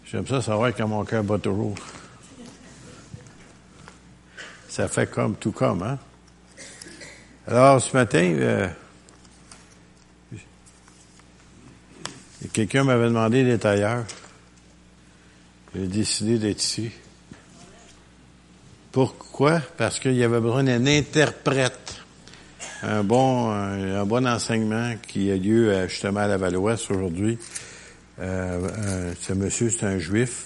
J'aime ça savoir quand mon cœur bat toujours. Ça fait tout comme, hein? Alors, ce matin, quelqu'un m'avait demandé d'être ailleurs. J'ai décidé d'être ici. Pourquoi? Parce qu'il y avait besoin d'un interprète. Un bon enseignement qui a lieu justement à la Val-Ouest aujourd'hui. Ce monsieur, c'est un juif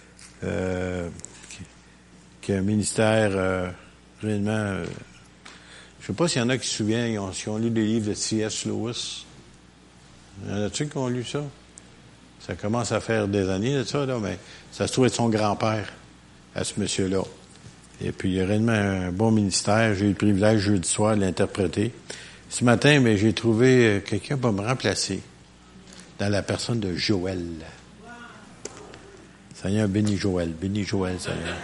qui a un ministère réellement... je sais pas s'il y en a qui se souviennent, s'ils ont lu des livres de C.S. Lewis. Il y en a-tu qui ont lu ça? Ça commence à faire des années de ça, là, mais ça se trouve être son grand-père à ce monsieur-là. Et puis, il y a réellement un bon ministère. J'ai eu le privilège jeudi soir de l'interpréter. Ce matin, mais j'ai trouvé quelqu'un pour me remplacer dans la personne de Joël. Seigneur, bénis Joël, Seigneur.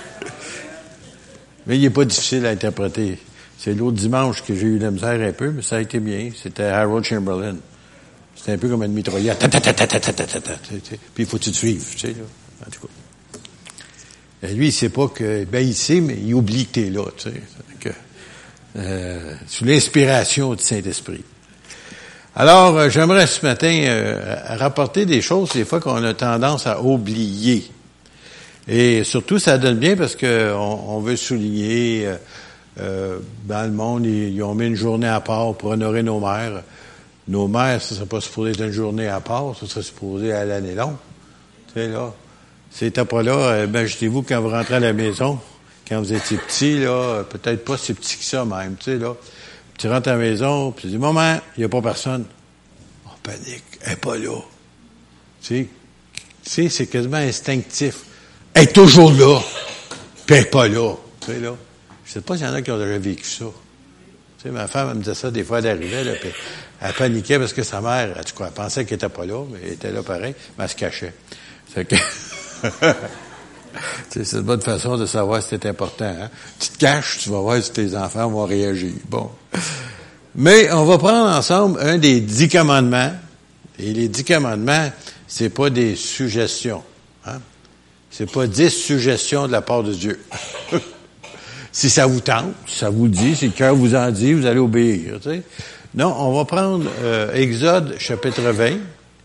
Mais il n'est pas difficile à interpréter. C'est l'autre dimanche que j'ai eu la misère un peu, mais ça a été bien. C'était Harold Chamberlain. C'était un peu comme une mitraillette. Puis il faut que tu te suives, tu sais, là. En tout cas. Et lui, il sait pas que, il sait, mais il oublie que t'es là, tu sais. Sous l'inspiration du Saint-Esprit. Alors, j'aimerais ce matin rapporter des choses, des fois, qu'on a tendance à oublier. Et surtout, ça donne bien parce que on veut souligner, dans le monde, ils ont mis une journée à part pour honorer nos mères. Nos mères, ça serait pas supposé être une journée à part, ça serait supposé à l'année longue. Tu sais, là. C'était pas là, imaginez-vous quand vous rentrez à la maison, quand vous étiez petit, là, peut-être pas si petit que ça même, tu sais, là. Tu rentres à la maison, puis tu dis, maman, il n'y a pas personne. On panique, elle n'est pas là. Tu sais, c'est quasiment instinctif. Elle est toujours là, puis elle n'est pas là. Tu sais, là. Je sais pas s'il y en a qui ont déjà vécu ça. Tu sais, ma femme, elle me disait ça des fois, elle arrivait, là, puis elle paniquait parce que sa mère, en tout cas, elle pensait qu'elle était pas là, mais elle était là pareil, mais elle se cachait. C'est que... c'est une bonne façon de savoir si c'est important. Hein? Tu te caches, tu vas voir si tes enfants vont réagir. Bon. Mais on va prendre ensemble un des 10 commandements. Et les 10 commandements, c'est pas des suggestions. Hein? C'est pas 10 suggestions de la part de Dieu. Si ça vous tente, si ça vous dit, si le cœur vous en dit, vous allez obéir. Tu sais? Non, on va prendre Exode chapitre 20.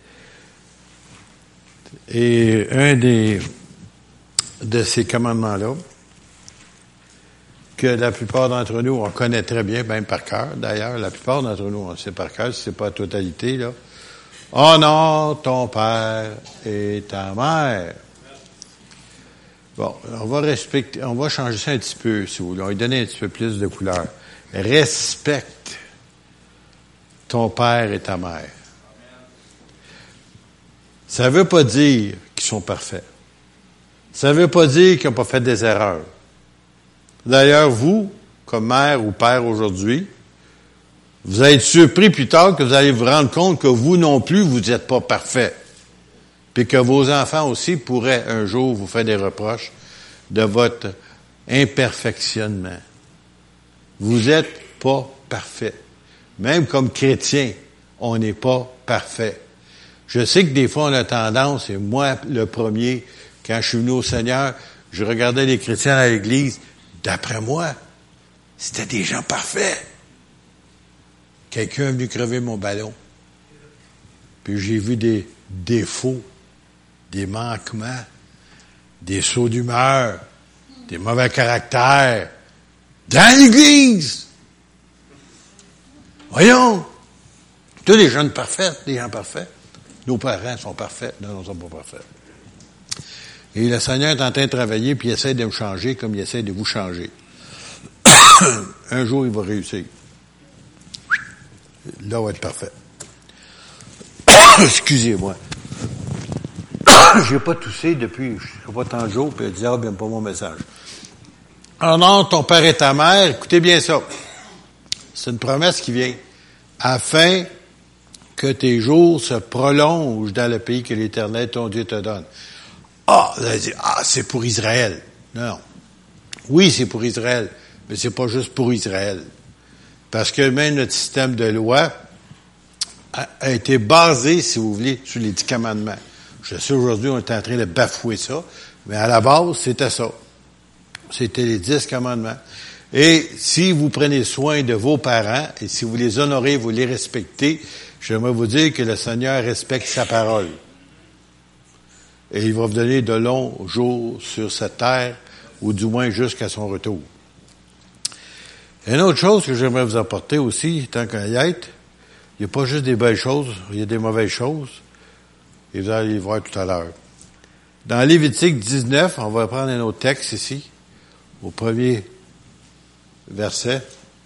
Et un de ces commandements-là, que la plupart d'entre nous, on connaît très bien, même par cœur. D'ailleurs, la plupart d'entre nous, on sait par cœur, si c'est pas la totalité, là. Honore ton père et ta mère. Bon, on va changer ça un petit peu, si vous voulez. On va lui donner un petit peu plus de couleur. Respecte ton père et ta mère. Ça veut pas dire qu'ils sont parfaits. Ça veut pas dire qu'ils n'ont pas fait des erreurs. D'ailleurs, vous, comme mère ou père aujourd'hui, vous allez être surpris plus tard que vous allez vous rendre compte que vous non plus, vous n'êtes pas parfait. Puis que vos enfants aussi pourraient un jour vous faire des reproches de votre imperfectionnement. Vous êtes pas parfait. Même comme chrétien, on n'est pas parfait. Je sais que des fois, on a tendance, et moi, le premier, quand je suis venu au Seigneur, je regardais les chrétiens à l'église, d'après moi, c'était des gens parfaits. Quelqu'un est venu crever mon ballon. Puis j'ai vu des défauts, des manquements, des sauts d'humeur, des mauvais caractères, dans l'église. Voyons, tous des jeunes parfaits, des gens parfaits. Nos parents sont parfaits, nous ne sommes pas parfaits. Et le Seigneur est en train de travailler, puis il essaie de me changer comme il essaie de vous changer. Un jour, il va réussir. Là, on va être parfait. Excusez-moi. J'ai pas toussé depuis, je sais pas tant de jours, puis le diable n'aime pas mon message. Honore ton père et ta mère, écoutez bien ça. C'est une promesse qui vient. Afin que tes jours se prolongent dans le pays que l'Éternel, ton Dieu, te donne. Ah, vous allez dire, c'est pour Israël. Non. Oui, c'est pour Israël, mais c'est pas juste pour Israël. Parce que même notre système de loi a été basé, si vous voulez, sur les 10 commandements. Je sais, aujourd'hui, on est en train de bafouer ça, mais à la base, c'était ça. C'était les 10 commandements. Et si vous prenez soin de vos parents, et si vous les honorez, vous les respectez, j'aimerais vous dire que le Seigneur respecte sa parole. Et il va vous donner de longs jours sur cette terre, ou du moins jusqu'à son retour. Une autre chose que j'aimerais vous apporter aussi, tant qu'à y être, il n'y a pas juste des belles choses, il y a des mauvaises choses. Et vous allez les voir tout à l'heure. Dans Lévitique 19, on va prendre un autre texte ici, au premier verset.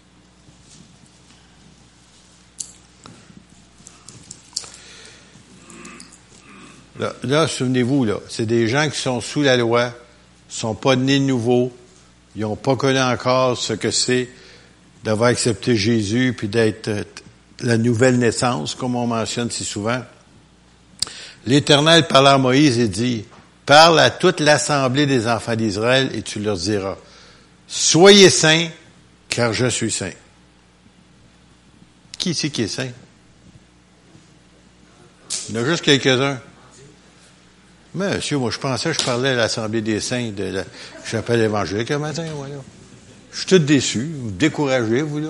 Là, souvenez-vous, là, c'est des gens qui sont sous la loi, sont pas nés de nouveau, ils n'ont pas connu encore ce que c'est d'avoir accepté Jésus, puis d'être la nouvelle naissance, comme on mentionne si souvent. L'Éternel parla à Moïse et dit, « Parle à toute l'assemblée des enfants d'Israël et tu leur diras, « Soyez saints, car je suis saint. » Qui ici qui est saint? Il y en a juste quelques-uns. Mais, monsieur, moi, je pensais que je parlais à l'Assemblée des saints de la chapelle évangélique un matin, voilà. Je suis tout déçu, découragé, vous, là.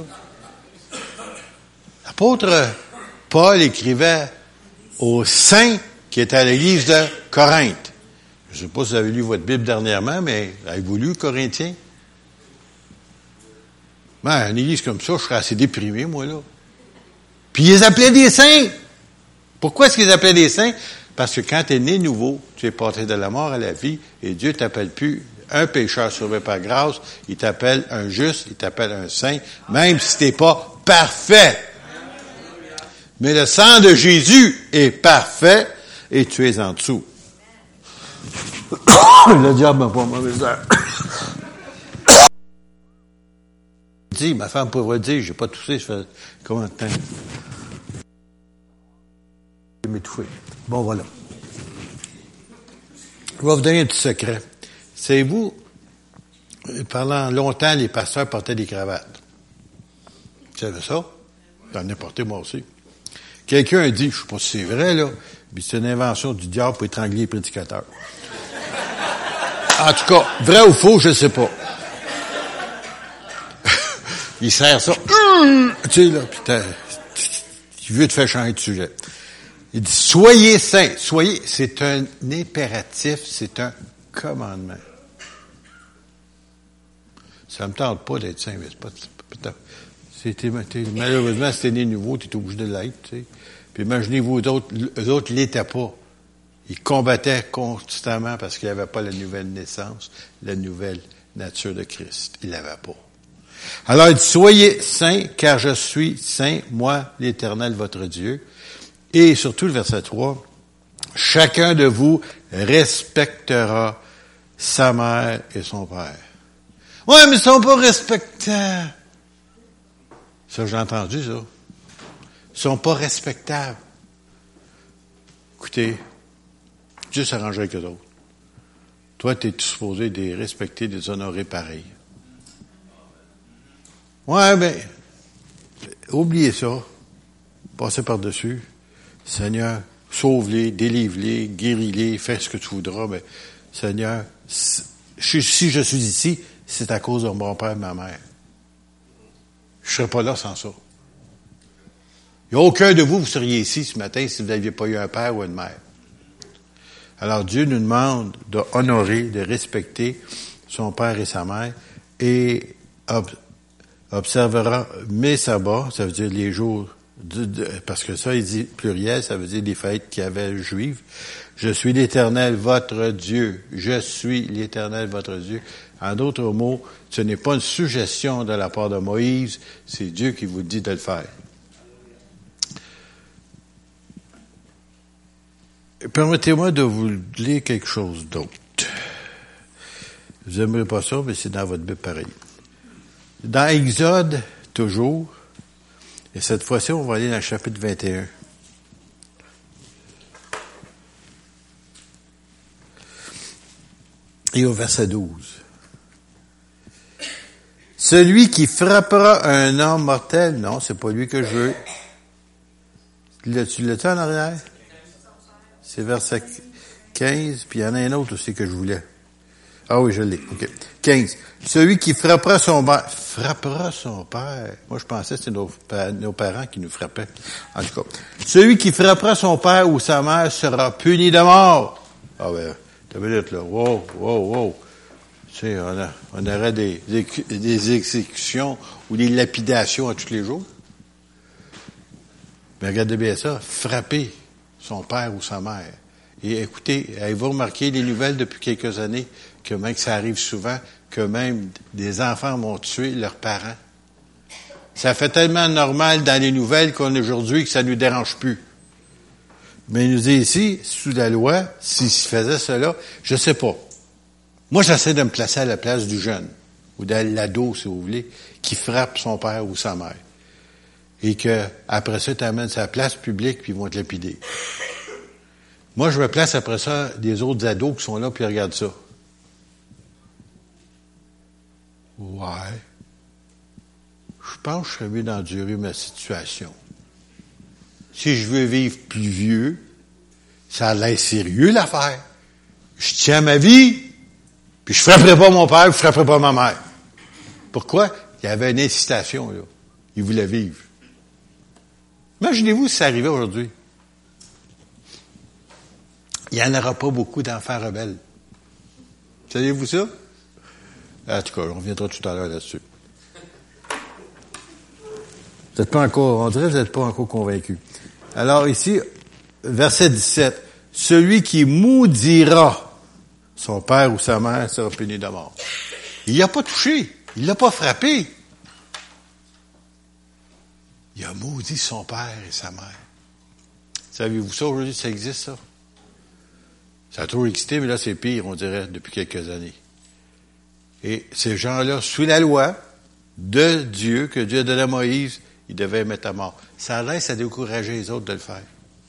L'apôtre Paul écrivait aux saints qui étaient à l'église de Corinthe. Je ne sais pas si vous avez lu votre Bible dernièrement, mais avez-vous lu Corinthiens? Ben, une église comme ça, je serais assez déprimé, moi, là. Puis ils appelaient des saints. Pourquoi est-ce qu'ils appelaient des saints? Parce que quand tu es né nouveau, tu es passé de la mort à la vie, et Dieu t'appelle plus un pécheur sauvé par grâce, il t'appelle un juste, il t'appelle un saint, même si t'es pas parfait. Mais le sang de Jésus est parfait, et tu es en dessous. Le diable m'a pas mauvaise heure. Dis, ma femme pourrait dire, j'ai pas toussé, ça fait combien de temps? Je vais m'étouffer. Bon, voilà. Je vais vous donner un petit secret. Savez-vous, pendant longtemps, les pasteurs portaient des cravates. Vous savez ça? J'en ai porté moi aussi. Quelqu'un a dit, je sais pas si c'est vrai, là, mais c'est une invention du diable pour étrangler les prédicateurs. En tout cas, vrai ou faux, je ne sais pas. Il sert ça. Tu sais, là, puis il veut te faire changer de sujet. Il dit, soyez saints. Soyez, c'est un impératif, c'est un commandement. Ça me tente pas d'être saint, mais c'est pas, malheureusement, si t'es né nouveau, t'es obligé de l'être, tu sais. Puis imaginez-vous, eux autres l'étaient pas. Ils combattaient constamment parce qu'ils n'avaient pas la nouvelle naissance, la nouvelle nature de Christ. Ils l'avaient pas. Alors, il dit, soyez saints, car je suis saint, moi, l'Éternel, votre Dieu. Et surtout, le verset 3, chacun de vous respectera sa mère et son père. Ouais, mais ils sont pas respectables. Ça, j'ai entendu, ça. Ils sont pas respectables. Écoutez, Dieu s'arrange avec eux autres. Toi, tu es supposé de les respecter, de les honorer pareil. Ouais, mais, oubliez ça. Passez par-dessus. Seigneur, sauve-les, délivre-les, guéris-les, fais ce que tu voudras, mais Seigneur, si je suis ici, c'est à cause de mon père et de ma mère. Je ne serais pas là sans ça. Il n'y a aucun de vous, vous seriez ici ce matin si vous n'aviez pas eu un père ou une mère. Alors Dieu nous demande d'honorer, de respecter son père et sa mère et observera mes sabbats, ça veut dire les jours, parce que ça, il dit pluriel, ça veut dire les fêtes qu'il y avait juives. Je suis l'Éternel, votre Dieu. Je suis l'Éternel, votre Dieu. En d'autres mots, ce n'est pas une suggestion de la part de Moïse, c'est Dieu qui vous dit de le faire. Permettez-moi de vous lire quelque chose d'autre. Vous n'aimerez pas ça, mais c'est dans votre Bible pareil. Dans Exode, toujours, et cette fois-ci, on va aller dans le chapitre 21. Et au verset 12. Celui qui frappera un homme mortel, non, c'est pas lui que je veux. Tu l'as-tu en arrière? C'est verset 15, puis il y en a un autre aussi que je voulais. Ah oui, je l'ai. OK. 15. Celui qui frappera son père. Frappera son père. Moi, je pensais que c'était nos parents qui nous frappaient. En tout cas. Celui qui frappera son père ou sa mère sera puni de mort. Ah ben, t'as vu là. Wow. Tu sais, on aurait des exécutions ou des lapidations à tous les jours. Mais regardez bien ça. Frapper son père ou sa mère. Et écoutez, avez-vous remarqué les nouvelles depuis quelques années que même que ça arrive souvent, que même des enfants vont tuer leurs parents? Ça fait tellement normal dans les nouvelles qu'on est aujourd'hui que ça ne nous dérange plus. Mais il nous dit ici, sous la loi, s'il faisait cela, je sais pas. Moi, j'essaie de me placer à la place du jeune, ou de l'ado, si vous voulez, qui frappe son père ou sa mère. Et que après ça, tu amènes sa place publique, puis ils vont te lapider. Moi, je me place après ça des autres ados qui sont là, puis ils regardent ça. Ouais. Je pense que je serais mieux d'endurer ma situation. Si je veux vivre plus vieux, ça a l'air sérieux, l'affaire. Je tiens ma vie, puis je frapperai pas mon père, je frapperai pas ma mère. Pourquoi? Il y avait une incitation, là. Il voulait vivre. Imaginez-vous si ça arrivait aujourd'hui. Il n'y en aura pas beaucoup d'enfants rebelles. Savez-vous ça? En tout cas, on reviendra tout à l'heure là-dessus. Vous n'êtes pas encore, on dirait que vous n'êtes pas encore convaincus. Alors ici, verset 17. Celui qui maudira son père ou sa mère sera puni de mort. Il l'a pas touché. Il l'a pas frappé. Il a maudit son père et sa mère. Savez-vous ça aujourd'hui, ça existe, ça? Ça a toujours existé, mais là, c'est pire, on dirait, depuis quelques années. Et ces gens-là, sous la loi de Dieu, que Dieu a donné à Moïse, ils devaient mettre à mort. Ça laisse à décourager les autres de le faire.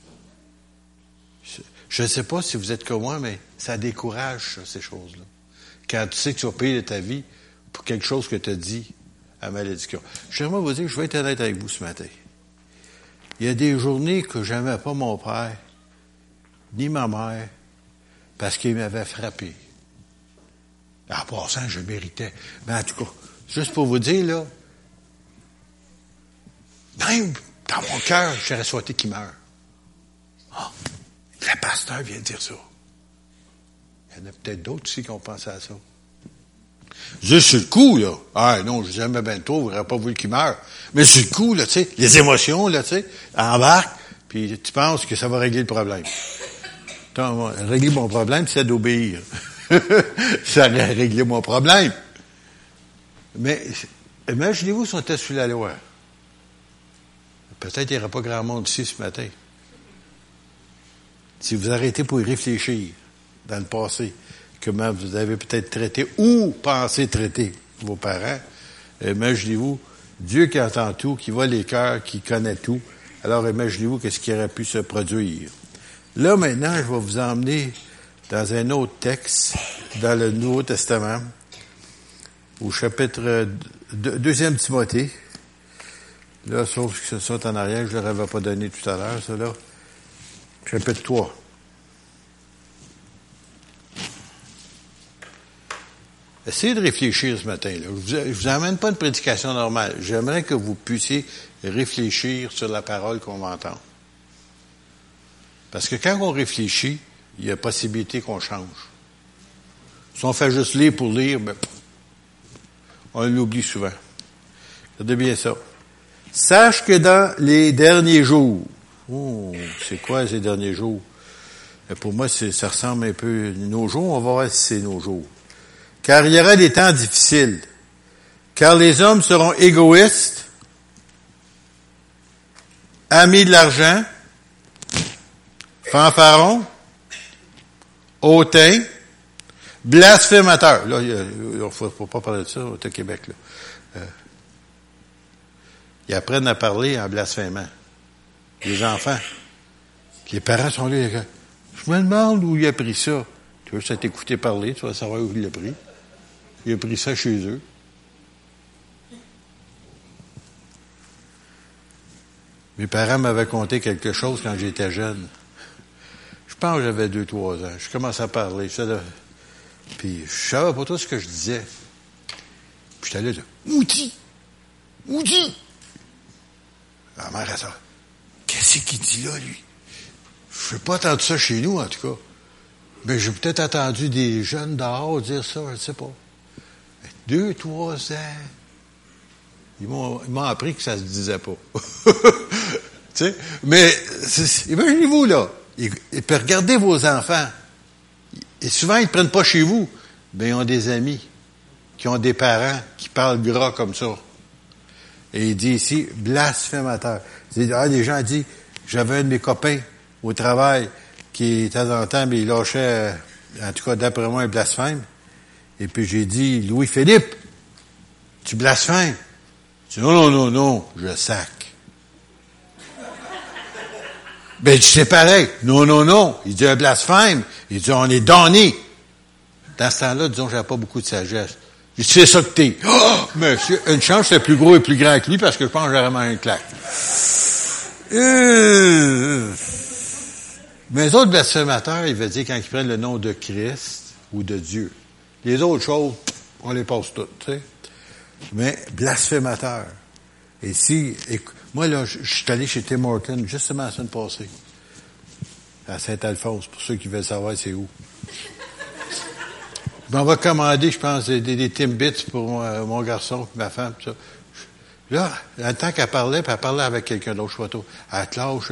Je ne sais pas si vous êtes comme moi, mais ça décourage, ces choses-là. Quand tu sais que tu vas payer de ta vie pour quelque chose que tu as dit à malédiction. J'aimerais vous dire que je vais être honnête avec vous ce matin. Il y a des journées que je n'aimais pas mon père, ni ma mère, parce qu'il m'avait frappé. En passant, je méritais. Mais en tout cas, juste pour vous dire, là, même dans mon cœur, j'aurais souhaité qu'il meure. Ah, le pasteur vient de dire ça. Il y en a peut-être d'autres aussi qui ont pensé à ça. Juste sur le coup, là. Ah non, je l'aimais bien trop, j'aurais pas voulu qu'il meure. Mais sur le coup, là, tu sais, les émotions, là, tu sais, embarquent, puis tu penses que ça va régler le problème. Régler mon problème, c'est d'obéir. Ça aurait réglé mon problème. Mais imaginez-vous si on était sous la loi. Peut-être qu'il n'y aurait pas grand monde ici ce matin. Si vous arrêtez pour y réfléchir dans le passé, comment vous avez peut-être traité ou pensé traiter vos parents, imaginez-vous, Dieu qui entend tout, qui voit les cœurs, qui connaît tout. Alors imaginez-vous qu'est-ce qui aurait pu se produire. Là, maintenant, je vais vous emmener dans un autre texte, dans le Nouveau Testament, au chapitre 2 Timothée. Là, sauf que ce sont en arrière, je ne leur avais pas donné tout à l'heure, ça là. Chapitre 3. Essayez de réfléchir ce matin, là. Je vous amène pas une prédication normale. J'aimerais que vous puissiez réfléchir sur la parole qu'on va entendre. Parce que quand on réfléchit, il y a possibilité qu'on change. Si on fait juste lire pour lire, ben, on l'oublie souvent. Regardez bien ça. Sache que dans les derniers jours, c'est quoi ces derniers jours? Et pour moi, ça ressemble un peu à nos jours. On va voir si c'est nos jours. Car il y aura des temps difficiles. Car les hommes seront égoïstes, amis de l'argent, fanfarons, hautains, blasphémateurs. Là, il ne faut pas parler de ça au Québec. Là. Ils apprennent à parler en blasphémant. Les enfants. Les parents sont là. Je me demande où il a pris ça. Tu veux ça t'écouter parler, tu vas savoir où il l'a pris. Il a pris ça chez eux. Mes parents m'avaient conté quelque chose quand j'étais jeune. Je pense que j'avais 2-3 ans. Je commençais à parler. Puis je savais pas tout ce que je disais. Puis j'étais là, Outi! La mère, elle dit, qu'est-ce qu'il dit là, lui? Je n'ai pas entendu ça chez nous, en tout cas. Mais j'ai peut-être entendu des jeunes dehors dire ça, je ne sais pas. 2-3 ans. Ils m'ont appris que ça se disait pas. Tu sais? Mais, imaginez-vous, là. Et puis regardez vos enfants. Et souvent, ils ne prennent pas chez vous. Mais ils ont des amis qui ont des parents qui parlent gras comme ça. Et il dit ici, blasphémateur. Les gens disent, j'avais un de mes copains au travail qui, de temps en temps, mais il lâchait, en tout cas, d'après moi, un blasphème. Et puis j'ai dit, Louis-Philippe, tu blasphèmes? Il dit, non, je sac. Ben, c'est pareil. Non. Il dit un blasphème. Il dit, on est damnés. Dans ce temps-là, disons, j'avais pas beaucoup de sagesse. Je dis, c'est ça que t'es. Oh, monsieur, une chance, c'est plus gros et plus grand que lui parce que je pense que j'aurais vraiment une claque. Mais les autres blasphémateurs, il veut dire quand ils prennent le nom de Christ ou de Dieu. Les autres choses, on les passe toutes, tu sais. Mais blasphémateur. Et si, moi, là, je suis allé chez Tim Hortons justement la semaine passée. À Saint-Alphonse, pour ceux qui veulent savoir c'est où. Je m'en vais commander, je pense, des Timbits pour mon garçon, ma femme, tout ça. Là, en tant qu'elle parlait, puis elle parlait avec quelqu'un d'autre, je sais pas trop, elle te lâche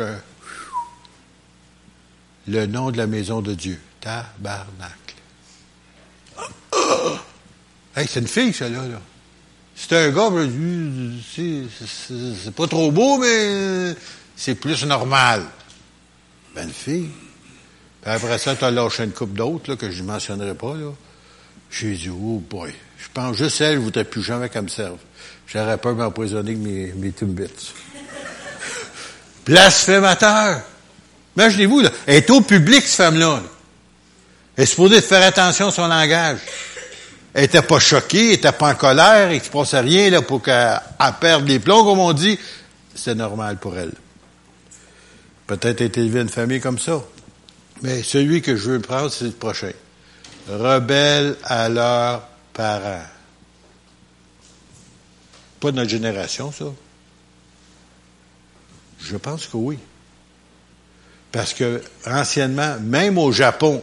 le nom de la maison de Dieu. Tabarnacle. Hey, c'est une fille, celle-là, là. C'est un gars, c'est pas trop beau, mais c'est plus normal. Ben, une fille. Puis après ça, tu as lâché une couple d'autres, là, que je ne mentionnerai pas, là. J'ai dit, oh boy, je pense juste elle, je ne voudrais plus jamais qu'elle me serve. J'aurais peur de m'empoisonner avec mes Timbits. Blasphémateur! Imaginez-vous, là, elle est au public, cette femme-là. Là. Elle est supposée faire attention à son langage. Elle était pas choquée, elle était pas en colère, il ne se passait rien là, pour qu'elle perde les plombs, comme on dit. C'est normal pour elle. Peut-être elle a été élevée dans une famille comme ça. Mais celui que je veux prendre, c'est le prochain. Rebelles à leurs parents. Pas de notre génération, ça? Je pense que oui. Parce que, anciennement, même au Japon,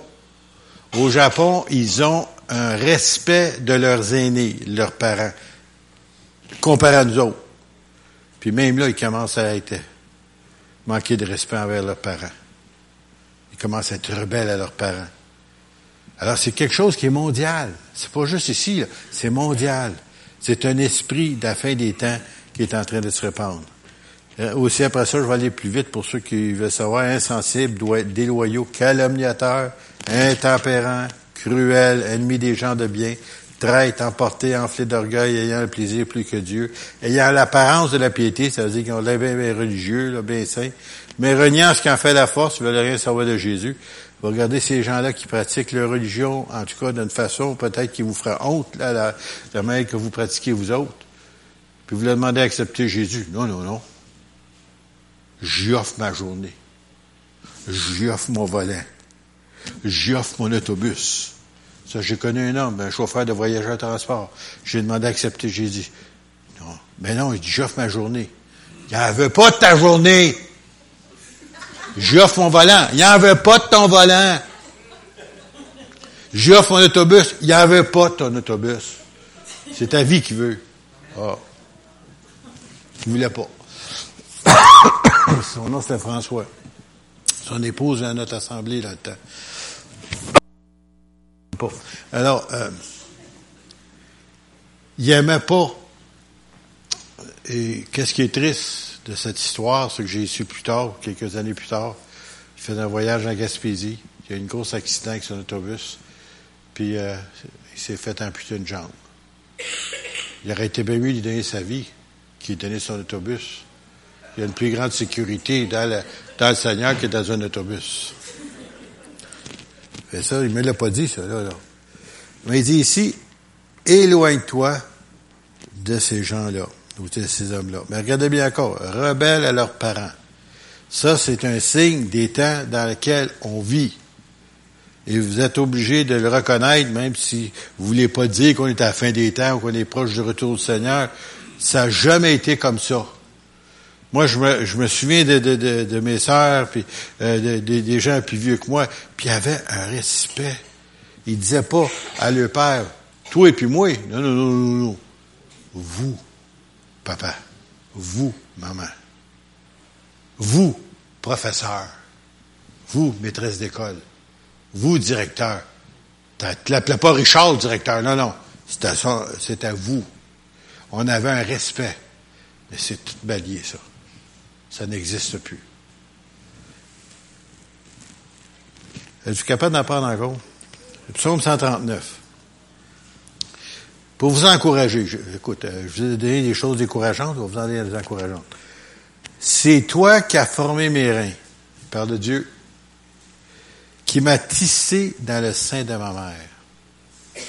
ils ont un respect de leurs aînés, leurs parents, comparé à nous autres. Puis même là, ils commencent à être manquer de respect envers leurs parents. Ils commencent à être rebelles à leurs parents. Alors, c'est quelque chose qui est mondial. C'est pas juste ici, là. C'est mondial. C'est un esprit de la fin des temps qui est en train de se répandre. Aussi, après ça, je vais aller plus vite pour ceux qui veulent savoir. Insensibles, déloyaux, calomniateurs, intempérants, cruels, ennemis des gens de bien, traîtres, emportés, enflés d'orgueil, ayant le plaisir plus que Dieu, ayant l'apparence de la piété, ça veut dire qu'ils ont l'air bien religieux, là, bien saints, mais reniant ce qui en fait la force, ils veulent rien savoir de Jésus. Vous regardez ces gens-là qui pratiquent leur religion, en tout cas d'une façon peut-être qui vous fera honte, là, la manière que vous pratiquez vous autres. Puis vous leur demandez d'accepter Jésus. Non. J'y offre ma journée. J'y offre mon volant. J'y offre mon autobus. Ça, j'ai connu un homme, un chauffeur de voyageurs transport. J'ai demandé d'accepter Jésus. Non. Mais non, il dit, j'offre ma journée. Il n'en veut pas de ta journée. J'y offre mon volant. Il n'en veut pas de ton volant. J'y offre mon autobus. Il n'en veut pas de ton autobus. C'est ta vie qu'il veut. Ah. Il ne voulait pas. Son nom, c'était François. Son épouse est à notre assemblée dans le temps. Alors, il n'aimait pas. Et qu'est-ce qui est triste de cette histoire, ce que j'ai su plus tard, quelques années plus tard, il faisait un voyage en Gaspésie. Il y a eu un gros accident avec son autobus. Puis, il s'est fait amputer une jambe. Il aurait été bien mieux de donner sa vie qu'il donnait son autobus. Il y a une plus grande sécurité dans le Seigneur que dans un autobus. Et ça, il ne me l'a pas dit, ça, là. Mais il dit ici, éloigne-toi de ces gens-là, ou de ces hommes-là. Mais regardez bien encore, rebelles à leurs parents. Ça, c'est un signe des temps dans lesquels on vit. Et vous êtes obligé de le reconnaître, même si vous voulez pas dire qu'on est à la fin des temps ou qu'on est proche du retour du Seigneur. Ça n'a jamais été comme ça. Moi, je me souviens de mes sœurs, puis des gens plus vieux que moi, puis il y avait un respect. Ils disaient pas à leur père, toi et puis moi. Non, non, non, non, non. Vous, papa. Vous, maman. Vous, professeur. Vous, maîtresse d'école. Vous, directeur. Tu l'appelais pas Richard, le directeur. Non, non. C'est à vous. On avait un respect. Mais c'est tout balayé, ça. Ça n'existe plus. Êtes-vous capable d'en prendre en compte? Le psaume 139. Pour vous encourager, écoute, je vous ai donné des choses décourageantes, je vais vous en donner des encourageantes. C'est toi qui as formé mes reins, Père de Dieu, qui m'a tissé dans le sein de ma mère.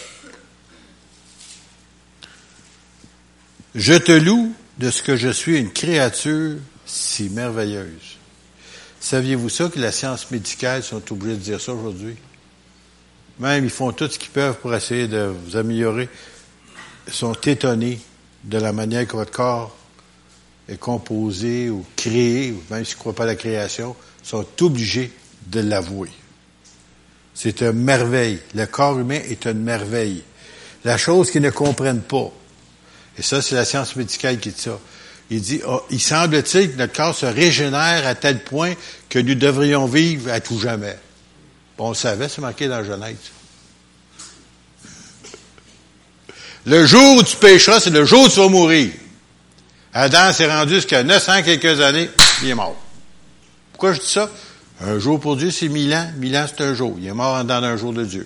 Je te loue de ce que je suis une créature si merveilleuse. Saviez-vous ça, que la science médicale sont obligés de dire ça aujourd'hui? Même, ils font tout ce qu'ils peuvent pour essayer de vous améliorer. Ils sont étonnés de la manière que votre corps est composé ou créé, ou même s'ils ne croient pas à la création, sont obligés de l'avouer. C'est une merveille. Le corps humain est une merveille. La chose qu'ils ne comprennent pas, et ça, c'est la science médicale qui dit ça. Il dit, il semble-t-il que notre corps se régénère à tel point que nous devrions vivre à tout jamais. Bon, on le savait, c'est marqué dans Genèse. Le jour où tu pécheras, c'est le jour où tu vas mourir. Adam s'est rendu jusqu'à 900 quelques années, il est mort. Pourquoi je dis ça? Un jour pour Dieu, c'est 1000 ans. 1000 ans, c'est un jour. Il est mort dans un jour de Dieu.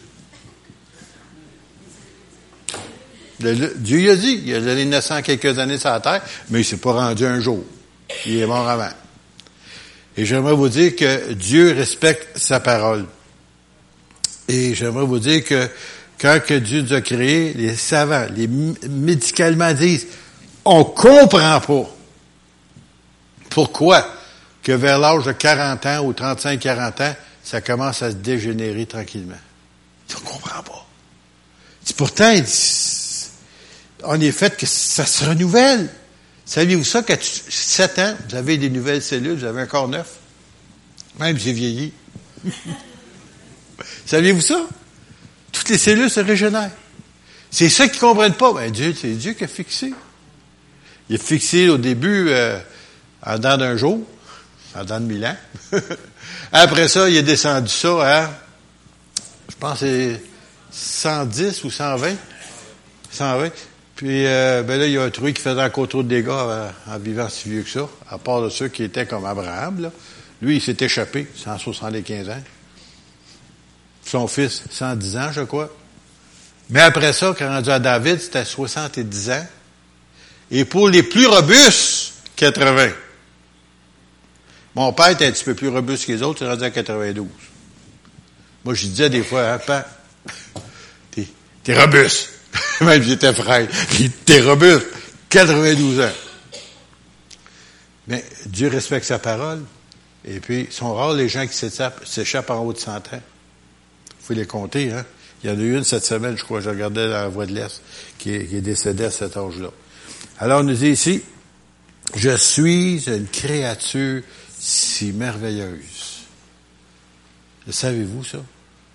Dieu il a dit, il a donné 900 quelques années sur la terre, mais il s'est pas rendu un jour. Il est mort avant. Et j'aimerais vous dire que Dieu respecte sa parole. Et j'aimerais vous dire que quand que Dieu nous a créés, les savants, les médicalement disent, on comprend pas. Pourquoi? Que vers l'âge de 40 ans ou 35-40 ans, ça commence à se dégénérer tranquillement. On comprend pas. Pourtant, on est fait que ça se renouvelle. Saviez-vous ça, qu'à 7 ans, vous avez des nouvelles cellules, vous avez un corps neuf? Même si j'ai vieilli. Saviez-vous ça? Toutes les cellules se régénèrent. C'est ça qu'ils ne comprennent pas. Ben, Dieu, c'est Dieu qui a fixé. Il a fixé au début, en dedans d'un jour, en dedans de 1000 ans. Après ça, il a descendu ça à, je pense, c'est 110 ou 120. 120. Puis, ben là, il y a un truc qui faisait encore trop de dégâts en vivant si vieux que ça, à part de ceux qui étaient comme Abraham, là. Lui, il s'est échappé, 175 ans. Son fils, 110 ans, je crois. Mais après ça, quand rendu à David, c'était 70 ans. Et pour les plus robustes, 80. Mon père était un petit peu plus robuste que les autres, il est rendu à 92. Moi, je disais des fois, hein, Père, t'es robuste. Même si j'étais frère. T'es robuste. 92 ans. Mais Dieu respecte sa parole. Et puis, ils sont rares les gens qui s'échappent en haut de 100 ans. Il faut les compter, hein. Il y en a eu une cette semaine, je crois, je regardais dans la Voie de l'Est, qui est décédée à cet âge-là. Alors, on nous dit ici, je suis une créature si merveilleuse. Le savez-vous, ça?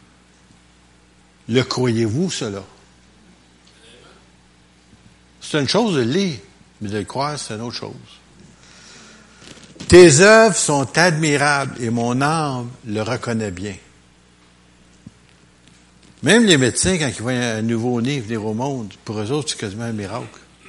Le croyez-vous, cela? C'est une chose de le lire, mais de le croire, c'est une autre chose. Tes œuvres sont admirables et mon âme le reconnaît bien. Même les médecins, quand ils voient un nouveau-né venir au monde, pour eux autres, c'est quasiment un miracle.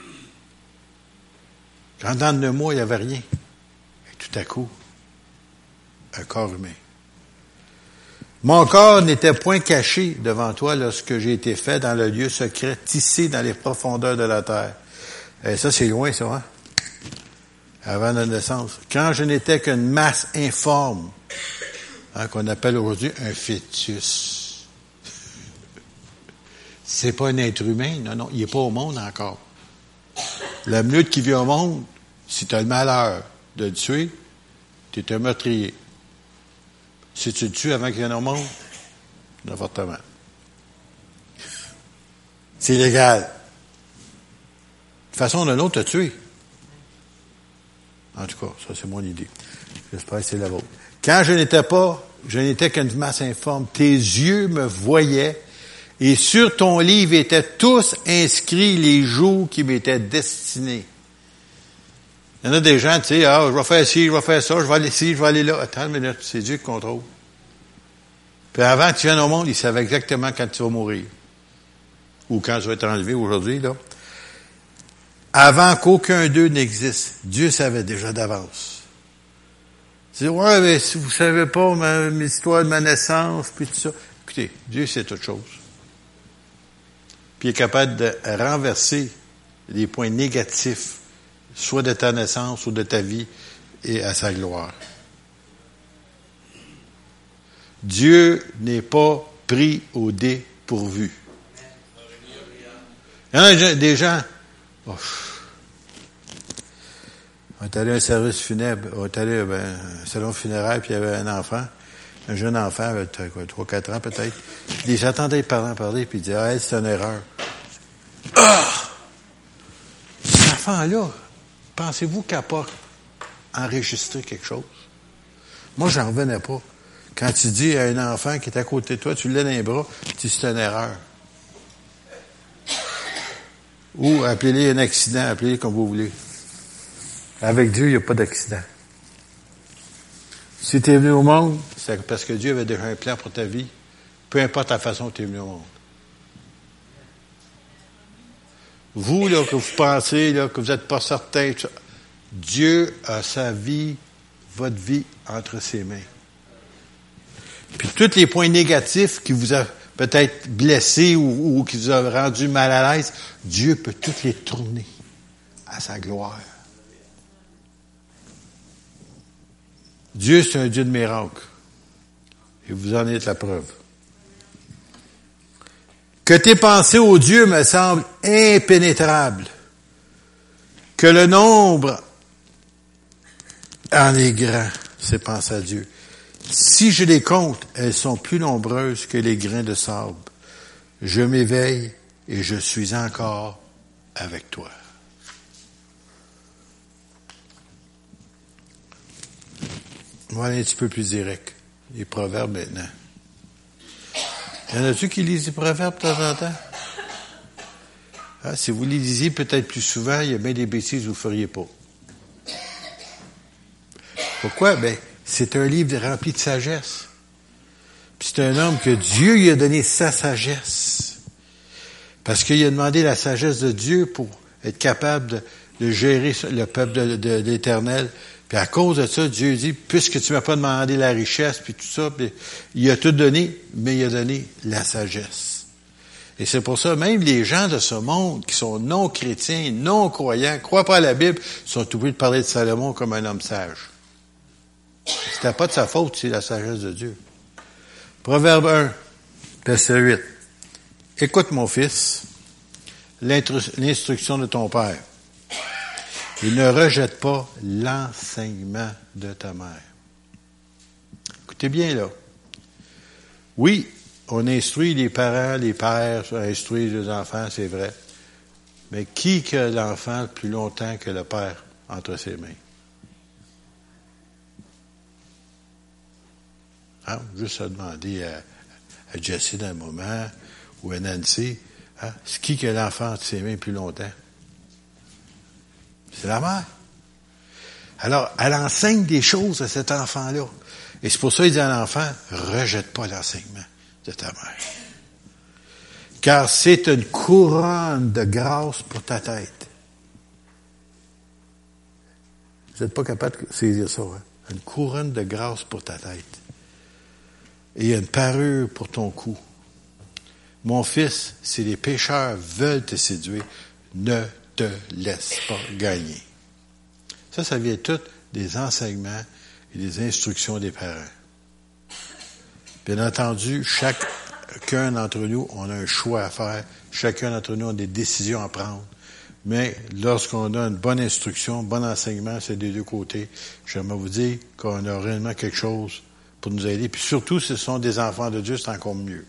Quand dans 9 mois, il n'y avait rien. Et tout à coup, un corps humain. Mon corps n'était point caché devant toi lorsque j'ai été fait dans le lieu secret, tissé dans les profondeurs de la terre. Et ça, c'est loin, ça, hein? Avant la naissance. Quand je n'étais qu'une masse informe, hein, qu'on appelle aujourd'hui un fœtus. C'est pas un être humain, non, il n'est pas au monde encore. La minute qui vient au monde, si tu as le malheur de le tuer, Tu es un meurtrier. Si tu le tues avant qu'il vienne au monde, un avortement. C'est illégal. De façon ou d'une autre, t'as tué. En tout cas, ça c'est mon idée. J'espère que c'est la vôtre. Quand je n'étais qu'une masse informe, tes yeux me voyaient, et sur ton livre étaient tous inscrits les jours qui m'étaient destinés. Il y en a des gens, tu sais, je vais faire ci, je vais faire ça, je vais aller ici, je vais aller là. Attends une minute, c'est Dieu qui contrôle. Puis avant que tu viennes au monde, il savait exactement quand tu vas mourir. Ou quand tu vas être enlevé aujourd'hui, là. Avant qu'aucun d'eux n'existe, Dieu savait déjà d'avance. Tu dis, ouais, mais si vous savez pas mes histoires de ma naissance, puis tout ça. Écoutez, Dieu sait toute chose. Puis il est capable de renverser les points négatifs, soit de ta naissance ou de ta vie, et à sa gloire. Dieu n'est pas pris au dépourvu. Il y en a des gens, on est allé à un service funèbre, on est allé à un salon funéraire, puis il y avait un enfant, un jeune enfant, avec 3-4 ans peut-être. Puis j'entendais parler, puis il disait, c'est une erreur. Cet enfant-là, pensez-vous qu'il n'a pas enregistré quelque chose? Moi, j'en revenais pas. Quand tu dis à un enfant qui est à côté de toi, tu l'as dans les bras, tu dis c'est une erreur. Ou appelez-le un accident, appelez-le comme vous voulez. Avec Dieu, il n'y a pas d'accident. Si tu es venu au monde, c'est parce que Dieu avait déjà un plan pour ta vie, peu importe la façon dont tu es venu au monde. Vous, là, que vous pensez, là, que vous n'êtes pas certain, Dieu a sa vie, votre vie, entre ses mains. Puis tous les points négatifs qui vous a peut-être blessé ou qui vous a rendu mal à l'aise, Dieu peut toutes les tourner à sa gloire. Dieu, c'est un Dieu de miracles. Et vous en êtes la preuve. Que tes pensées ô Dieu me semblent impénétrables. Que le nombre en est grand, c'est penser à Dieu. Si je les compte, elles sont plus nombreuses que les grains de sable. Je m'éveille et je suis encore avec toi. On va aller un petit peu plus direct. Les proverbes maintenant. Y en a-tu qui lisent les proverbes de temps en temps? Si vous les lisiez peut-être plus souvent, il y a bien des bêtises que vous ne feriez pas. Pourquoi? C'est un livre rempli de sagesse. Puis c'est un homme que Dieu lui a donné sa sagesse. Parce qu'il a demandé la sagesse de Dieu pour être capable de gérer le peuple de l'Éternel. Puis à cause de ça, Dieu dit, puisque tu m'as pas demandé la richesse, puis tout ça, puis il a tout donné, mais il a donné la sagesse. Et c'est pour ça, même les gens de ce monde, qui sont non-chrétiens, non-croyants, croient pas à la Bible, sont obligés de parler de Salomon comme un homme sage. C'était pas de sa faute, c'est la sagesse de Dieu. Proverbe 1, verset 8. Écoute, mon fils, l'instruction de ton père. Et ne rejette pas l'enseignement de ta mère. Écoutez bien, là. Oui, on instruit les parents, les pères, instruisent les enfants, c'est vrai. Mais qui que l'enfant plus longtemps que le père entre ses mains? Juste à demander à Jessie dans un moment, ou à Nancy, c'est qui que l'enfant entre ses mains plus longtemps? C'est la mère. Alors, elle enseigne des choses à cet enfant-là. Et c'est pour ça qu'il dit à l'enfant, rejette pas l'enseignement de ta mère. Car c'est une couronne de grâce pour ta tête. Vous n'êtes pas capable de saisir ça, hein? Une couronne de grâce pour ta tête. Et une parure pour ton cou. Mon fils, si les pécheurs veulent te séduire, ne te laisse pas gagner. Ça vient tout des enseignements et des instructions des parents. Bien entendu, chacun d'entre nous, on a un choix à faire. Chacun d'entre nous a des décisions à prendre. Mais lorsqu'on a une bonne instruction, un bon enseignement, c'est des deux côtés. J'aimerais vous dire qu'on a réellement quelque chose pour nous aider. Puis surtout, si ce sont des enfants de Dieu, c'est encore mieux.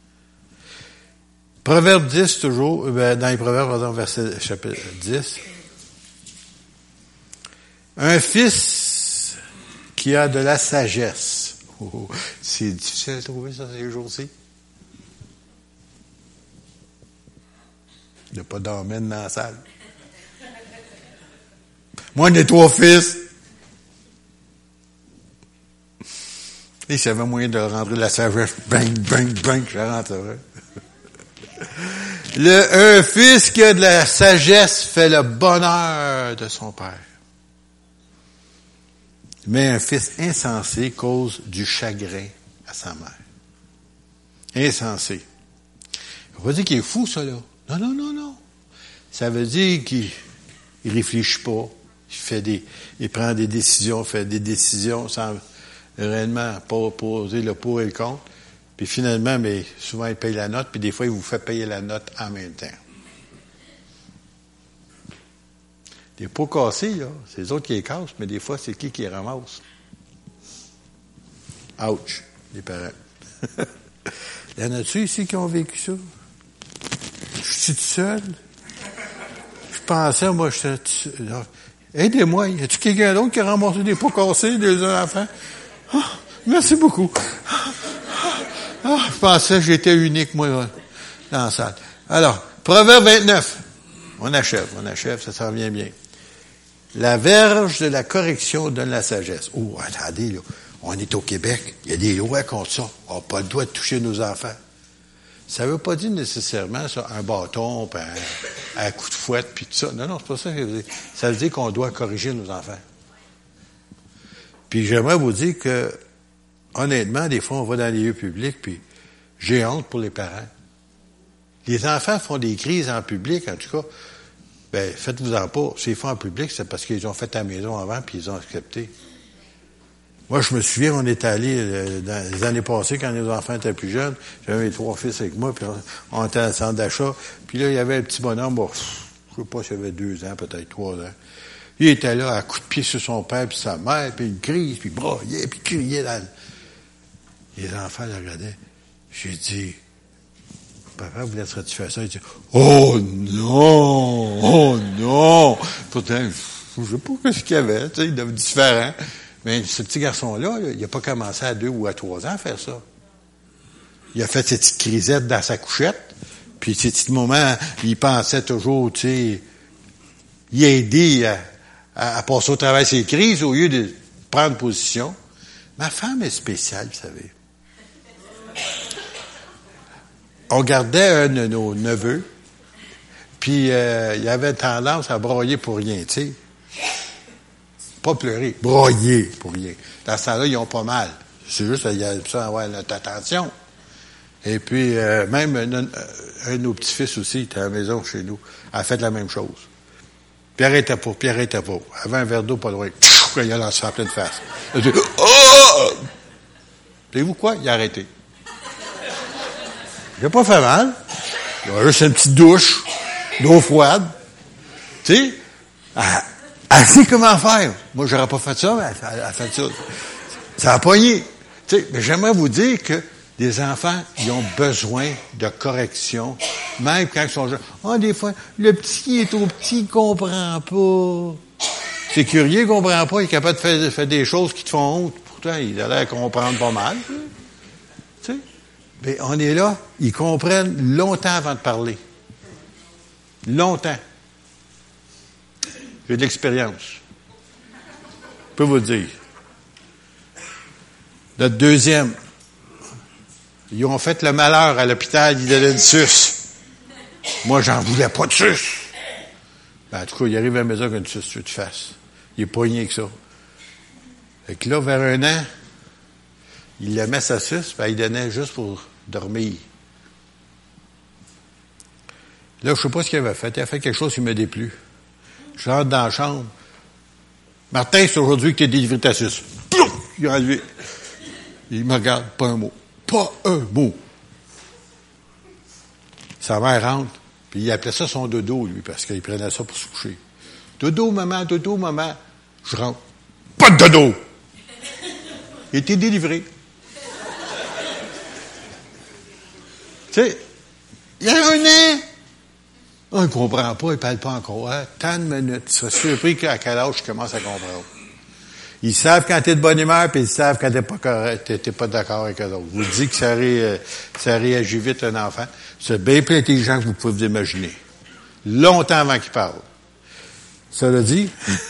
Proverbe 10, toujours, dans les Proverbes, pardon, verset chapitre 10. Un fils qui a de la sagesse. Oh, c'est difficile à trouver ça ces jours-ci. Il n'y a pas d'amène dans la salle. Moi, on est 3 fils. Et s'il y avait moyen de rentrer de la sagesse, bang, bang, bang, je rentrerais. Un fils qui a de la sagesse fait le bonheur de son père. Mais un fils insensé cause du chagrin à sa mère. Insensé. On va dire qu'il est fou, ça, là. Non, non, non, non. Ça veut dire qu'il réfléchit pas. Il prend des décisions, fait des décisions sans réellement pas poser le pour et le contre. Puis finalement, mais souvent, il paye la note, puis des fois, il vous fait payer la note en même temps. Des pots cassés, là, c'est les autres qui les cassent, mais des fois, c'est qui les ramasse? Ouch, les parents. Y en a-tu ici qui ont vécu ça? Je suis tout seul? Je pensais, moi, j'étais tout seul. Aidez-moi, y a-tu quelqu'un d'autre qui a ramassé des pots cassés des enfants? Oh, merci beaucoup. Je pensais que j'étais unique, moi, dans la salle. Alors, Proverbe 29. On achève, ça s'en vient bien. La verge de la correction donne la sagesse. Oh, attendez, là, on est au Québec, il y a des lois contre ça. On n'a pas le droit de toucher nos enfants. Ça ne veut pas dire nécessairement ça, un bâton, puis un coup de fouette, puis tout ça. Non, non, c'est pas ça que ça veut dire. Ça veut dire qu'on doit corriger nos enfants. Puis j'aimerais vous dire que, honnêtement, des fois, on va dans les lieux publics, puis j'ai honte pour les parents. Les enfants font des crises en public, en tout cas. Ben, faites-vous-en pas. S'ils font en public, c'est parce qu'ils ont fait à la maison avant, puis ils ont accepté. Moi, je me souviens, on est allé dans les années passées, quand les enfants étaient plus jeunes, j'avais mes 3 fils avec moi, puis on était à la centre d'achat, puis là, il y avait un petit bonhomme, bon, je sais pas s'il avait 2 ans, peut-être 3 ans. Il était là, à coups de pied sur son père, puis sa mère, puis une crise, puis il braillait, puis criait dans Les enfants le regardaient. J'ai dit, papa, vous laisserais-tu faire ça? Il dit, oh non, oh non. Pourtant, je sais pas ce qu'il y avait, tu sais, il était différent. Mais ce petit garçon-là, il n'a pas commencé à 2 ou à 3 ans à faire ça. Il a fait ses petites crisettes dans sa couchette, puis ces petits moments, il pensait toujours, tu sais, y aider à passer au travers de ses crises au lieu de prendre position. Ma femme est spéciale, vous savez. On gardait un de nos neveux, puis il avait tendance à broyer pour rien, tu sais. Pas pleurer, broyer pour rien. Dans ce temps-là, ils ont pas mal. C'est juste, il y a besoin d'avoir notre attention. Et puis, même un de nos petits-fils aussi, il était à la maison chez nous, a fait la même chose. Pierre était pas. Avait un verre d'eau pas loin. Il a lancé en pleine face. Il a dit, oh! Savez-vous quoi? Il a arrêté. Il n'a pas fait mal. Il a juste une petite douche d'eau froide. Tu sais? Elle sait comment faire. Moi, j'aurais pas fait ça, mais elle a fait ça. Ça a pogné. Tu sais, mais j'aimerais vous dire que des enfants, ils ont besoin de correction, même quand ils sont jeunes. Ah, des fois, le petit est trop petit, il comprend pas. C'est curieux, il comprend pas, il est capable de faire des choses qui te font honte. Pourtant, il a l'air de comprendre pas mal. Tu sais? Mais on est là, ils comprennent longtemps avant de parler. Longtemps. J'ai de l'expérience. Je peux vous le dire. Notre deuxième, ils ont fait le malheur à l'hôpital, ils donnaient une suce. Moi, j'en voulais pas de suce. Ben, en tout cas, il arrive à la maison avec une suce, tu te fasses. Il est poigné que ça. Fait que là, vers 1 an, il aimait sa suce, ben, il donnait juste pour dormir. Là, je sais pas ce qu'il avait fait. Il a fait quelque chose qui me déplut. Je rentre dans la chambre. Martin, c'est aujourd'hui que tu as délivré ta suce. Plouf! Il a enlevé. Il me regarde, pas un mot. Pas un mot. Sa mère rentre, Puis il appelait ça son dodo, lui, parce qu'il prenait ça pour se coucher. Dodo, maman, dodo, maman. Je rentre. Pas de dodo! Il était délivré. Tu sais, il y a un an. On ne comprend pas, il ne parle pas encore. Hein? Tant de minutes. Tu serais surpris qu'à quel âge je commence à comprendre. Ils savent quand tu es de bonne humeur, puis ils savent quand tu n'es pas d'accord avec eux autres. Je vous dis que ça réagit vite un enfant. C'est bien plus intelligent que vous pouvez vous imaginer. Longtemps avant qu'il parle. Cela dit,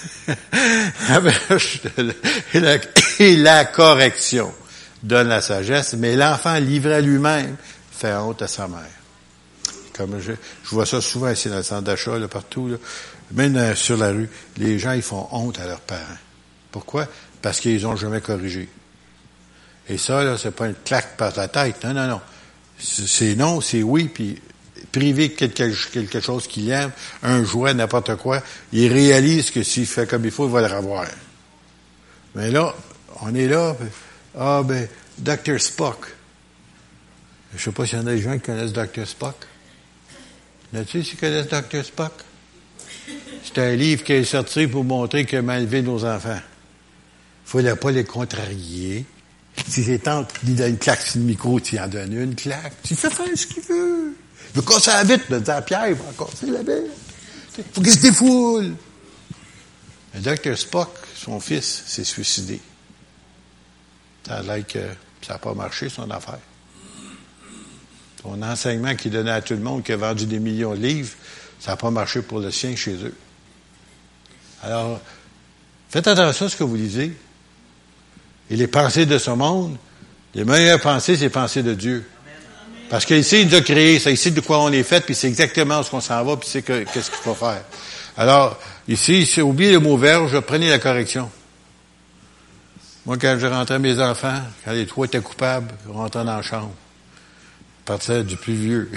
et la correction donne la sagesse, mais l'enfant livré à lui-même fait honte à sa mère. Comme je vois ça souvent ici dans le centre d'achat, là, partout, là. Même sur la rue, les gens ils font honte à leurs parents. Pourquoi? Parce qu'ils ont jamais corrigé. Et ça, là, c'est pas une claque par la tête. Non, non, non. C'est non, c'est oui, puis priver quelque chose qu'il aime, un jouet, n'importe quoi, il réalise que s'il fait comme il faut, il va le revoir. Mais là, on est là, Dr. Spock. Je sais pas s'il y en a des gens qui connaissent Dr. Spock. Là-dessus, s'ils connaissent Dr. Spock? C'est un livre qui est sorti pour montrer comment élever nos enfants. Il ne faut pas les contrarier. Si c'est tante qui lui donne une claque sur le micro, tu en donnes une claque. Tu fais faire ce qu'il veut. Il veut casser la vitre, de dire à Pierre, il va casser la vitre. Il faut qu'il se défoule. Le Dr. Spock, son fils, s'est suicidé. Ça a l'air que ça n'a pas marché, son affaire. Son enseignement qu'il donnait à tout le monde, qui a vendu des millions de livres, ça n'a pas marché pour le sien chez eux. Alors, faites attention à ce que vous lisez. Et les pensées de ce monde, les meilleures pensées, c'est les pensées de Dieu. Parce qu'ici, il nous a créés, ça ici de quoi on est fait, puis c'est exactement où on s'en va, puis c'est qu'est-ce qu'il faut faire. Alors, ici, oubliez le mot verge, prenez la correction. Moi, quand je rentrais mes enfants, quand les trois étaient coupables, je rentrais dans la chambre. Je partais du plus vieux.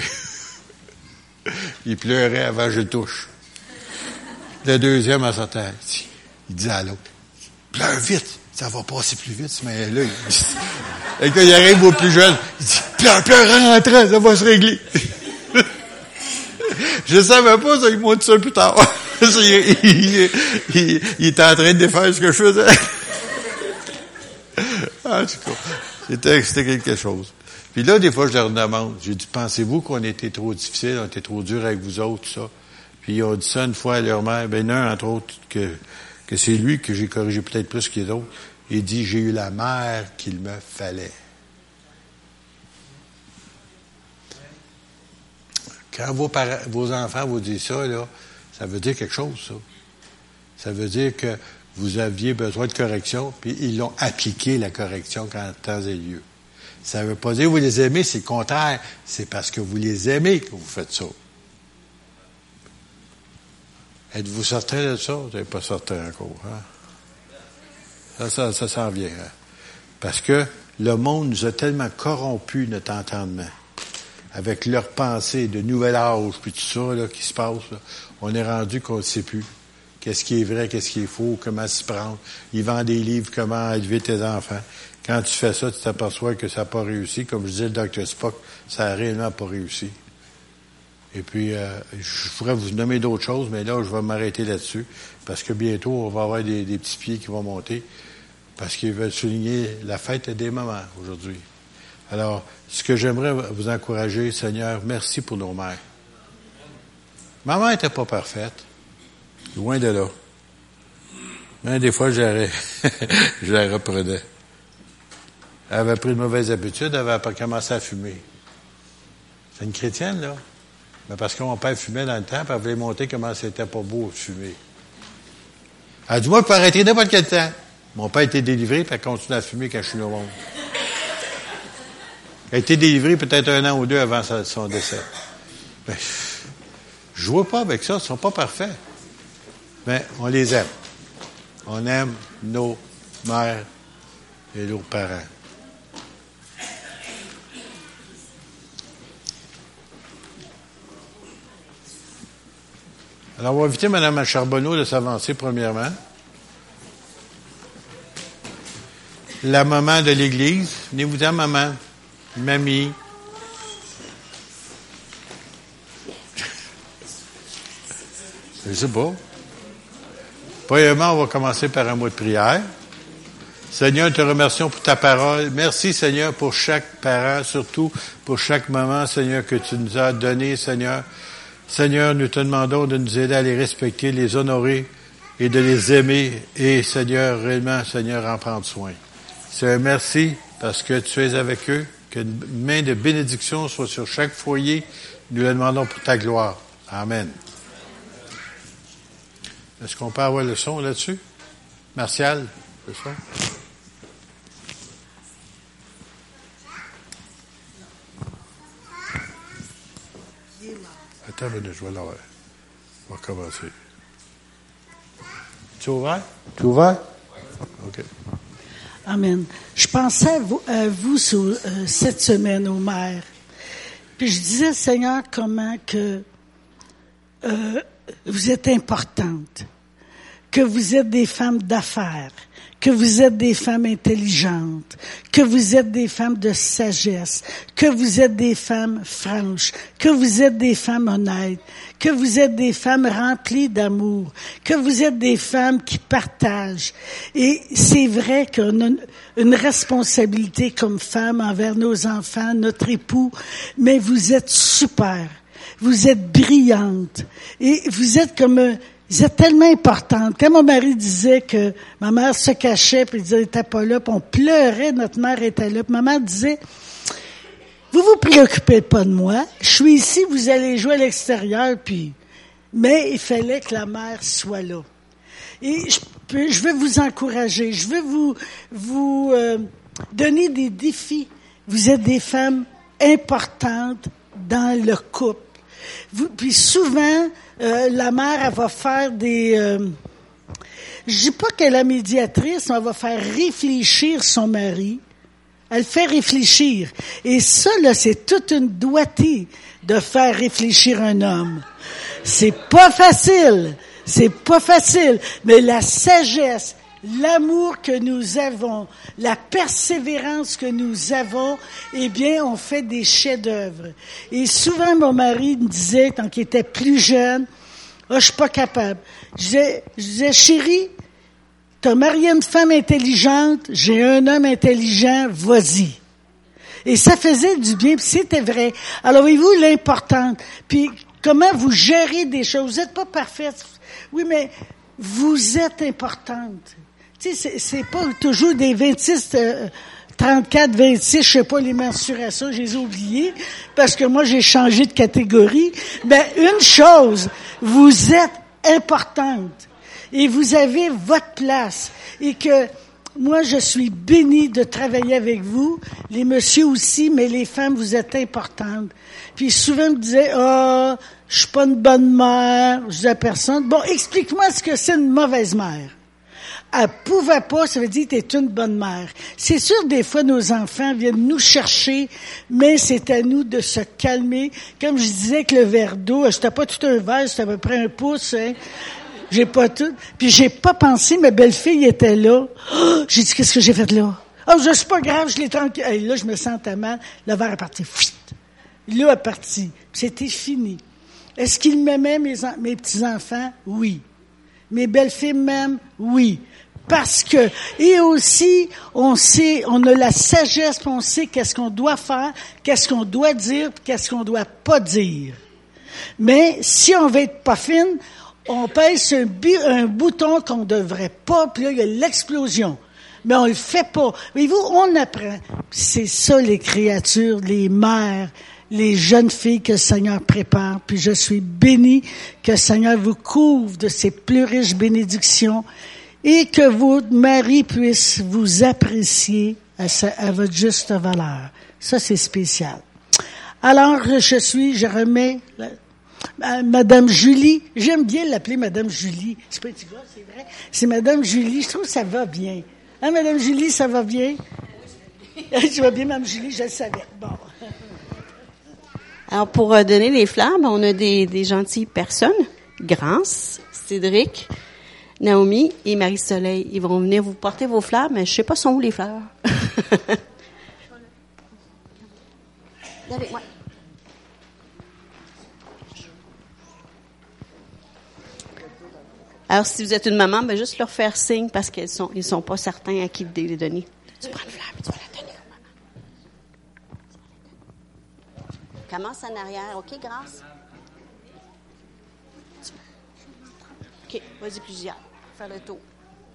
Il pleurait avant que je le touche. Le deuxième, en sortant, il dit à l'autre, pleure vite, ça va passer plus vite, mais là, et quand il arrive au plus jeune, il dit, pleure en rentrant, ça va se régler. Je savais pas, ça, il m'a dit ça plus tard. il était en train de défaire ce que je faisais. En tout cas, c'était quelque chose. Puis là, des fois, je leur demande, j'ai dit, pensez-vous qu'on était trop difficile, on était trop dur avec vous autres, tout ça? Puis ils ont dit ça une fois à leur mère, un, entre autres, que c'est lui que j'ai corrigé peut-être plus que les autres. Il dit, j'ai eu la mère qu'il me fallait. Quand vos enfants vous disent ça, là, ça veut dire quelque chose, ça. Ça veut dire que vous aviez besoin de correction, puis ils l'ont appliqué, la correction, quand temps et lieu. Ça ne veut pas dire que vous les aimez, c'est le contraire. C'est parce que vous les aimez que vous faites ça. Êtes-vous certain de ça? Vous n'êtes pas certain encore. Hein? Ça s'en vient. Hein? Parce que le monde nous a tellement corrompu notre entendement. Avec leurs pensées de nouvel âge, puis tout ça là, qui se passe, là, on est rendu qu'on ne sait plus. Qu'est-ce qui est vrai, qu'est-ce qui est faux, comment s'y prendre. Ils vendent des livres, comment élever tes enfants. Quand tu fais ça, tu t'aperçois que ça n'a pas réussi. Comme je disais, le Dr. Spock, ça n'a réellement pas réussi. Et puis, je pourrais vous nommer d'autres choses, mais là, je vais m'arrêter là-dessus. Parce que bientôt, on va avoir des petits pieds qui vont monter. Parce qu'ils veulent souligner la fête des mamans aujourd'hui. Alors, ce que j'aimerais vous encourager, Seigneur, merci pour nos mères. Maman n'était pas parfaite. Loin de là. Mais des fois, je la reprenais. Elle avait pris de mauvaises habitudes, elle avait commencé à fumer. C'est une chrétienne, là. Mais parce que mon père fumait dans le temps, puis elle voulait montrer comment c'était pas beau de fumer. Elle a dit, moi, je peux arrêter n'importe quel temps. Mon père a été délivré, puis elle continue à fumer quand je suis au monde. Elle a été délivrée peut-être 1 an ou 2 avant son décès. Ben, je joue pas avec ça, ils sont pas parfaits. Mais on les aime. On aime nos mères et nos parents. Alors, on va inviter Mme Charbonneau de s'avancer premièrement. La maman de l'Église. Venez-vous-en, maman. Mamie. Je sais pas. Premièrement, on va commencer par un mot de prière. Seigneur, nous te remercions pour ta parole. Merci, Seigneur, pour chaque parent, surtout pour chaque maman, Seigneur, que tu nous as donné, Seigneur. Seigneur, nous te demandons de nous aider à les respecter, les honorer et de les aimer. Et, Seigneur, réellement, Seigneur, en prendre soin. Seigneur, merci parce que tu es avec eux. Qu'une main de bénédiction soit sur chaque foyer. Nous le demandons pour ta gloire. Amen. Est-ce qu'on peut avoir le son là-dessus? Martial, le son? Attends une minute, je vais l'avoir. On va commencer. Tu es ouvert? Tu es ouvert? OK. Amen. Je pensais à vous cette semaine aux mères. Puis je disais, Seigneur, comment que vous êtes importantes, que vous êtes des femmes d'affaires, que vous êtes des femmes intelligentes, que vous êtes des femmes de sagesse, que vous êtes des femmes franches, que vous êtes des femmes honnêtes, que vous êtes des femmes remplies d'amour, que vous êtes des femmes qui partagent. Et c'est vrai qu'on a une responsabilité comme femme envers nos enfants, notre époux, mais vous êtes super, vous êtes brillantes, et vous êtes vous êtes tellement importante. Quand mon mari disait que ma mère se cachait, puis il disait, elle était pas là, puis on pleurait, notre mère était là, puis ma mère disait, vous vous préoccupez pas de moi, je suis ici, vous allez jouer à l'extérieur, mais il fallait que la mère soit là. Et je veux vous encourager, je veux vous donner des défis. Vous êtes des femmes importantes dans le couple. Puis souvent, la mère, elle va faire je dis pas qu'elle est la médiatrice, mais elle va faire réfléchir son mari. Elle fait réfléchir. Et ça, là, c'est toute une doigté de faire réfléchir un homme. C'est pas facile. C'est pas facile. Mais la sagesse, l'amour que nous avons, la persévérance que nous avons, eh bien, on fait des chefs-d'œuvre. Et souvent, mon mari me disait, quand il était plus jeune, « je suis pas capable. » Je disais, chérie, t'as marié une femme intelligente, j'ai un homme intelligent, vas-y. Et ça faisait du bien, puis c'était vrai. Alors, voyez-vous, l'important, puis comment vous gérez des choses. Vous n'êtes pas parfaite, oui, mais vous êtes importante. Tu sais, c'est pas toujours des 26, 34, 26, je sais pas les mensurations, je les ai oubliées, parce que moi, j'ai changé de catégorie. Ben, une chose, vous êtes importante. Et vous avez votre place. Et que moi, je suis bénie de travailler avec vous. Les messieurs aussi, mais les femmes, vous êtes importantes. Puis souvent, ils me disaient, je suis pas une bonne mère. Je disais à personne, bon, explique-moi ce que c'est une mauvaise mère. Elle pouvait pas, ça veut dire que t'es une bonne mère. C'est sûr, des fois, nos enfants viennent nous chercher, mais c'est à nous de se calmer. Comme je disais que le verre d'eau, c'était pas tout un verre, c'était à peu près un pouce, hein. J'ai pas tout. Puis j'ai pas pensé, ma belle-fille était là. Oh, j'ai dit, qu'est-ce que j'ai fait là? Je suis pas grave, je l'ai tranquille. Hey, là, je me sentais mal. Le verre est parti. Pfft. Là, est parti. C'était fini. Est-ce qu'ils m'aimaient, mes petits-enfants? Oui. Mes belles-filles m'aiment? Oui. Parce que, et aussi, on a la sagesse, puis on sait qu'est-ce qu'on doit faire, qu'est-ce qu'on doit dire, puis qu'est-ce qu'on doit pas dire. Mais, si on veut être pas fine, on pèse un bouton qu'on devrait pas, puis là, il y a l'explosion. Mais on le fait pas. Voyez-vous, on apprend. C'est ça, les créatures, les mères, les jeunes filles que le Seigneur prépare. Puis je suis bénie que le Seigneur vous couvre de ses plus riches bénédictions et que votre mari puisse vous apprécier à votre juste valeur. Ça, c'est spécial. Alors, je remets Madame Julie. J'aime bien l'appeler Madame Julie. C'est pas c'est vrai. C'est Madame Julie. Je trouve que ça va bien. Hein, Madame Julie, ça va bien? Tu vas bien, Madame Julie? Je le savais. Bon. Alors, pour donner les fleurs, on a des gentilles personnes. Grâce, Cédric, Naomi et Marie-Soleil. Ils vont venir vous porter vos fleurs, mais je sais pas sont où les fleurs. Avec moi. Alors, si vous êtes une maman, ben juste leur faire signe parce qu'ils sont pas certains à qui les donner. Tu prends une flamme et tu vas la donner aux mamans. Commence en arrière, OK, Grâce? OK, vas-y plusieurs. Faire le tour.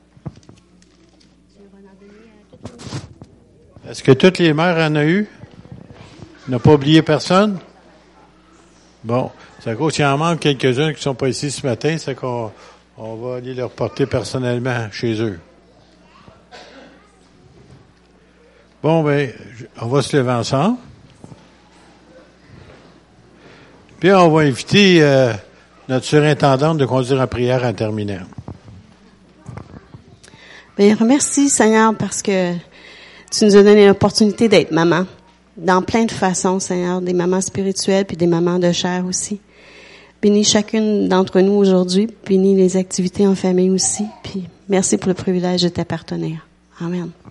Est-ce que toutes les mères en ont eu? N'a pas oublié personne? Bon, c'est à cause qu'il en manque quelques-uns qui ne sont pas ici ce matin, c'est qu'on va aller leur porter personnellement chez eux. Bon, ben, on va se lever ensemble. Puis on va inviter notre surintendante de conduire en prière en terminant. Bien, remercie, Seigneur, parce que tu nous as donné l'opportunité d'être maman. Dans plein de façons, Seigneur, des mamans spirituelles puis des mamans de chair aussi. Bénis chacune d'entre nous aujourd'hui, bénis les activités en famille aussi, puis merci pour le privilège de t'appartenir. Amen.